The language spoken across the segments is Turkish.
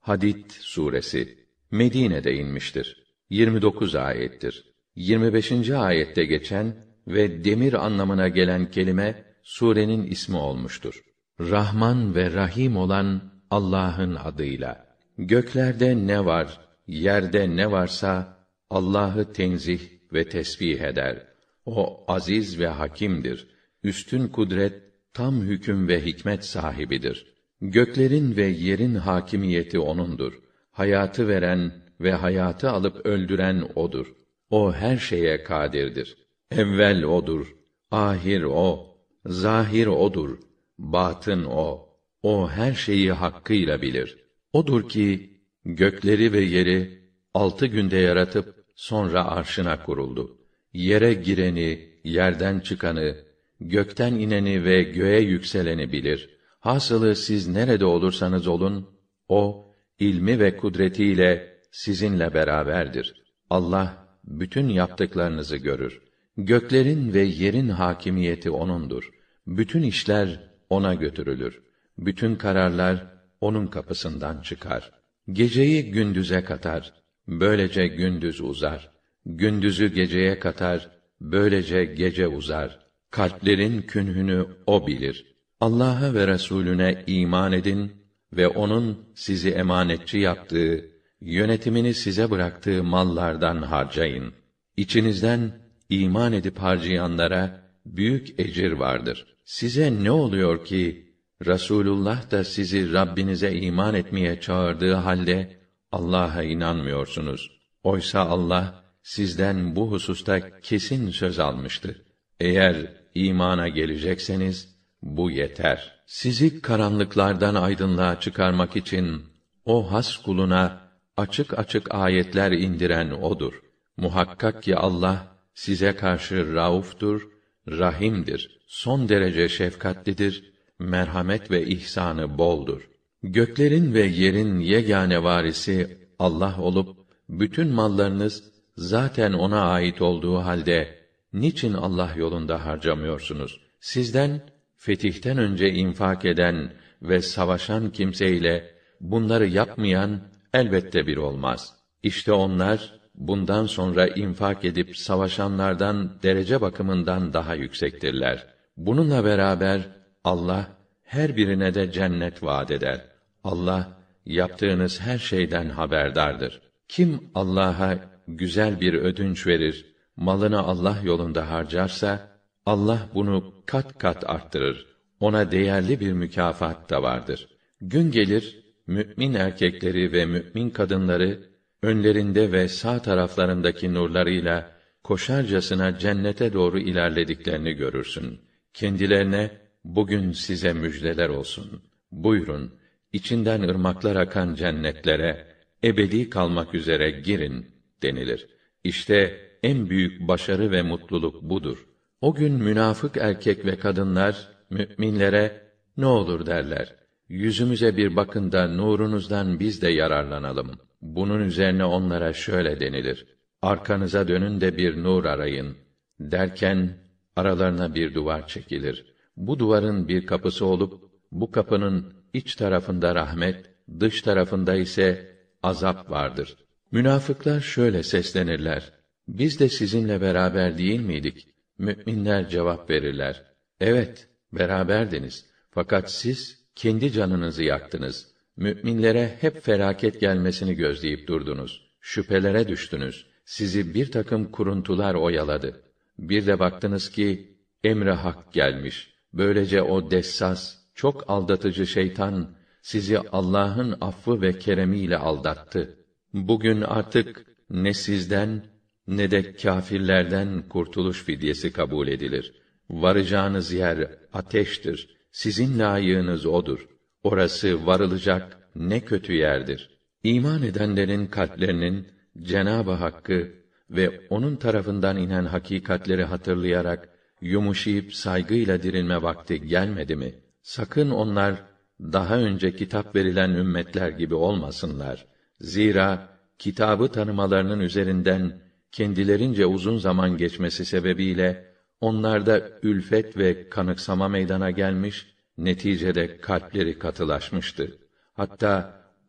Hadid suresi Medine'de inmiştir. 29 ayettir. 25. ayette geçen ve demir anlamına gelen kelime surenin ismi olmuştur. Rahman ve Rahim olan Allah'ın adıyla. Göklerde ne var, yerde ne varsa Allah'ı tenzih ve tesbih eder. O aziz ve hakimdir. Üstün kudret, tam hüküm ve hikmet sahibidir. Göklerin ve yerin hakimiyeti O'nundur. Hayatı veren ve hayatı alıp öldüren O'dur. O her şeye kadirdir. Evvel O'dur, ahir O, zahir O'dur, batın O. O her şeyi hakkıyla bilir. O'dur ki gökleri ve yeri 6 günde yaratıp sonra arşına kuruldu. Yere gireni, yerden çıkanı, gökten ineni ve göğe yükseleni bilir. Hasılı siz nerede olursanız olun, O, ilmi ve kudretiyle sizinle beraberdir. Allah, bütün yaptıklarınızı görür. Göklerin ve yerin hakimiyeti O'nundur. Bütün işler O'na götürülür. Bütün kararlar O'nun kapısından çıkar. Geceyi gündüze katar, böylece gündüz uzar. Gündüzü geceye katar, böylece gece uzar. Kalplerin künhünü O bilir. Allah'a ve Resulüne iman edin ve O'nun sizi emanetçi yaptığı, yönetimini size bıraktığı mallardan harcayın. İçinizden iman edip harcayanlara büyük ecir vardır. Size ne oluyor ki Rasulullah da sizi Rabbinize iman etmeye çağırdığı halde Allah'a inanmıyorsunuz? Oysa Allah sizden bu hususta kesin söz almıştı. Eğer imana gelecekseniz bu yeter. Sizi karanlıklardan aydınlığa çıkarmak için o has kuluna açık açık ayetler indiren O'dur. Muhakkak ki Allah size karşı rauftur, rahimdir. Son derece şefkatlidir, merhamet ve ihsanı boldur. Göklerin ve yerin yegane varisi Allah olup bütün mallarınız zaten O'na ait olduğu halde niçin Allah yolunda harcamıyorsunuz? Sizden fetihten önce infak eden ve savaşan kimseyle bunları yapmayan elbette bir olmaz. İşte onlar bundan sonra infak edip savaşanlardan derece bakımından daha yüksektirler. Bununla beraber Allah her birine de cennet vaad eder. Allah yaptığınız her şeyden haberdardır. Kim Allah'a güzel bir ödünç verir, malını Allah yolunda harcarsa Allah bunu kat kat arttırır. Ona değerli bir mükafat da vardır. Gün gelir, mü'min erkekleri ve mü'min kadınları önlerinde ve sağ taraflarındaki nurlarıyla koşarcasına cennete doğru ilerlediklerini görürsün. Kendilerine bugün size müjdeler olsun. Buyurun, içinden ırmaklar akan cennetlere ebedi kalmak üzere girin denilir. İşte en büyük başarı ve mutluluk budur. O gün münafık erkek ve kadınlar müminlere ne olur derler. Yüzümüze bir bakın da nurunuzdan biz de yararlanalım. Bunun üzerine onlara şöyle denilir: arkanıza dönün de bir nur arayın. Derken aralarına bir duvar çekilir. Bu duvarın bir kapısı olup bu kapının iç tarafında rahmet, dış tarafında ise azap vardır. Münafıklar şöyle seslenirler: biz de sizinle beraber değil miydik? Mü'minler cevap verirler: evet, beraberdiniz. Fakat siz kendi canınızı yaktınız. Mü'minlere hep felaket gelmesini gözleyip durdunuz. Şüphelere düştünüz. Sizi bir takım kuruntular oyaladı. Bir de baktınız ki emre hak gelmiş. Böylece o dessas, çok aldatıcı şeytan sizi Allah'ın affı ve keremiyle aldattı. Bugün artık ne sizden ne de kâfirlerden kurtuluş fidyesi kabul edilir. Varacağınız yer ateştir. Sizin layığınız odur. Orası varılacak ne kötü yerdir. İman edenlerin kalplerinin Cenab-ı Hakk'ı ve onun tarafından inen hakikatleri hatırlayarak yumuşayıp saygıyla dirilme vakti gelmedi mi? Sakın onlar daha önce kitap verilen ümmetler gibi olmasınlar. Zira kitabı tanımalarının üzerinden kendilerince uzun zaman geçmesi sebebiyle onlarda ülfet ve kanıksama meydana gelmiş, neticede kalpleri katılaşmıştı. Hatta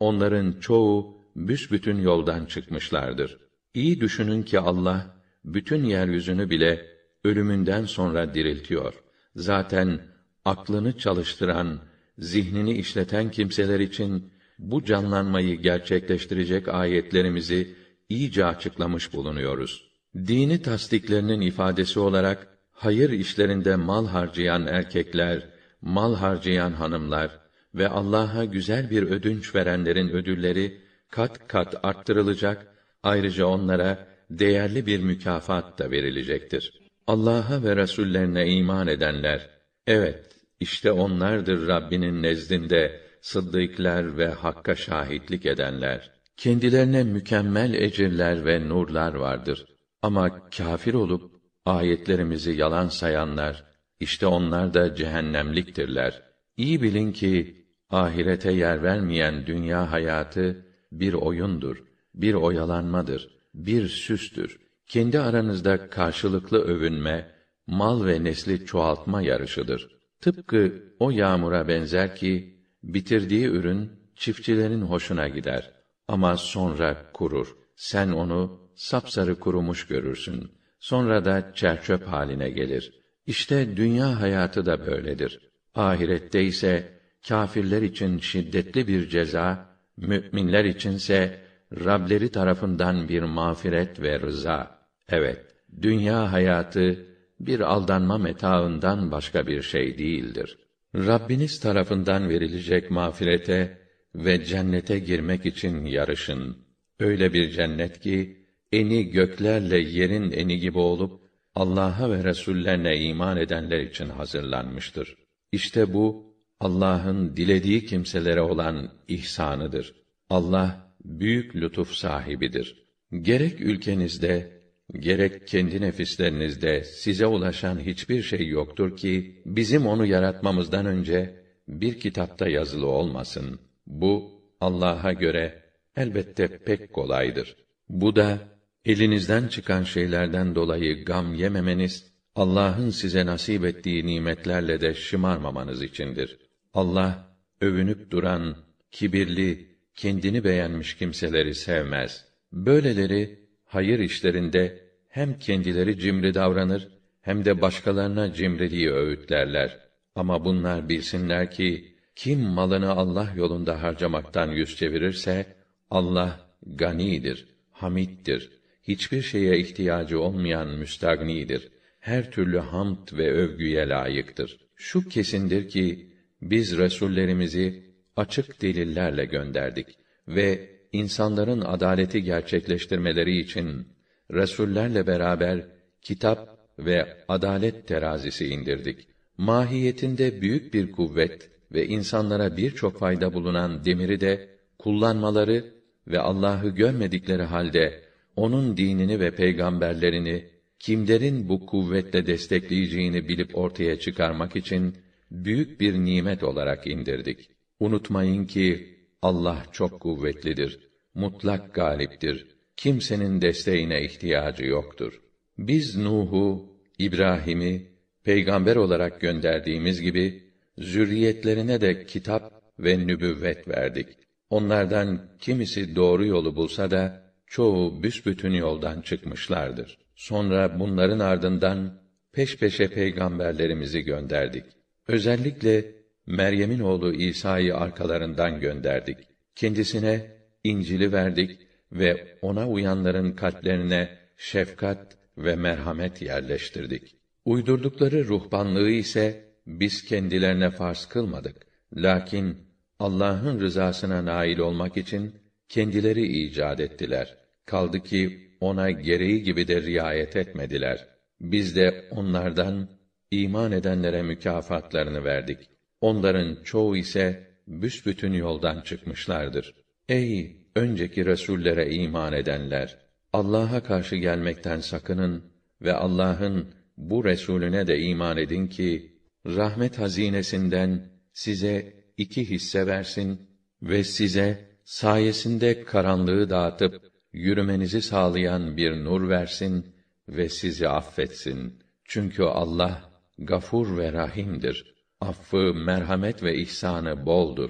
onların çoğu büsbütün yoldan çıkmışlardır. İyi düşünün ki Allah bütün yeryüzünü bile ölümünden sonra diriltiyor. Zaten aklını çalıştıran, zihnini işleten kimseler için bu canlanmayı gerçekleştirecek ayetlerimizi iyice açıklamış bulunuyoruz. Dini tasdiklerinin ifadesi olarak hayır işlerinde mal harcayan erkekler, mal harcayan hanımlar ve Allah'a güzel bir ödünç verenlerin ödülleri kat kat arttırılacak, ayrıca onlara değerli bir mükafat da verilecektir. Allah'a ve Resullerine iman edenler, evet, işte onlardır Rabbinin nezdinde sıddıklar ve hakka şahitlik edenler. Kendilerine mükemmel ecirler ve nurlar vardır. Ama kâfir olup ayetlerimizi yalan sayanlar, işte onlar da cehennemliktirler. İyi bilin ki ahirete yer vermeyen dünya hayatı bir oyundur, bir oyalanmadır, bir süstür. Kendi aranızda karşılıklı övünme, mal ve nesli çoğaltma yarışıdır. Tıpkı o yağmura benzer ki, bitirdiği ürün çiftçilerin hoşuna gider. Ama sonra kurur. Sen onu sapsarı kurumuş görürsün. Sonra da çerçöp haline gelir. İşte dünya hayatı da böyledir. Ahirette ise kâfirler için şiddetli bir ceza, müminler içinse Rableri tarafından bir mağfiret ve rıza. Evet, dünya hayatı bir aldanma metaından başka bir şey değildir. Rabbiniz tarafından verilecek mağfirete ve cennete girmek için yarışın. Öyle bir cennet ki eni göklerle yerin eni gibi olup Allah'a ve Resullerine iman edenler için hazırlanmıştır. İşte bu Allah'ın dilediği kimselere olan ihsanıdır. Allah büyük lütuf sahibidir. Gerek ülkenizde, gerek kendi nefislerinizde size ulaşan hiçbir şey yoktur ki bizim onu yaratmamızdan önce bir kitapta yazılı olmasın. Bu Allah'a göre elbette pek kolaydır. Bu da elinizden çıkan şeylerden dolayı gam yememeniz, Allah'ın size nasip ettiği nimetlerle de şımarmamanız içindir. Allah övünüp duran, kibirli, kendini beğenmiş kimseleri sevmez. Böyleleri hayır işlerinde hem kendileri cimri davranır hem de başkalarına cimriliği öğütlerler. Ama bunlar bilsinler ki kim malını Allah yolunda harcamaktan yüz çevirirse Allah ganidir, hamiddir. Hiçbir şeye ihtiyacı olmayan müstagnidir. Her türlü hamd ve övgüye layıktır. Şu kesindir ki biz resullerimizi açık delillerle gönderdik ve insanların adaleti gerçekleştirmeleri için resullerle beraber kitap ve adalet terazisi indirdik. Mahiyetinde büyük bir kuvvet ve insanlara birçok fayda bulunan demiri de kullanmaları ve Allah'ı görmedikleri halde onun dinini ve peygamberlerini kimlerin bu kuvvetle destekleyeceğini bilip ortaya çıkarmak için büyük bir nimet olarak indirdik. Unutmayın ki Allah çok kuvvetlidir, mutlak galiptir. Kimsenin desteğine ihtiyacı yoktur. Biz Nuh'u, İbrahim'i peygamber olarak gönderdiğimiz gibi zürriyetlerine de kitap ve nübüvvet verdik. Onlardan kimisi doğru yolu bulsa da çoğu büsbütün yoldan çıkmışlardır. Sonra bunların ardından peş peşe peygamberlerimizi gönderdik. Özellikle Meryem'in oğlu İsa'yı arkalarından gönderdik. Kendisine İncil'i verdik ve ona uyanların kalplerine şefkat ve merhamet yerleştirdik. Uydurdukları ruhbanlığı ise biz kendilerine farz kılmadık. Lakin Allah'ın rızasına nail olmak için kendileri icat ettiler. Kaldı ki ona gereği gibi de riayet etmediler. Biz de onlardan iman edenlere mükafatlarını verdik. Onların çoğu ise büsbütün yoldan çıkmışlardır. Ey önceki resullere iman edenler! Allah'a karşı gelmekten sakının ve Allah'ın bu Resulüne de iman edin ki, rahmet hazinesinden size 2 hisse versin ve size sayesinde karanlığı dağıtıp yürümenizi sağlayan bir nur versin ve sizi affetsin. Çünkü Allah gafur ve rahimdir. Affı, merhamet ve ihsanı boldur.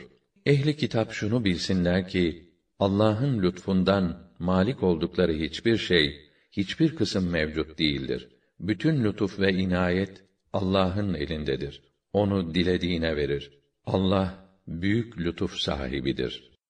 Ehli kitap şunu bilsinler ki, Allah'ın lütfundan malik oldukları hiçbir şey, hiçbir kısım mevcut değildir. Bütün lütuf ve inayet Allah'ın elindedir. Onu dilediğine verir. Allah büyük lütuf sahibidir.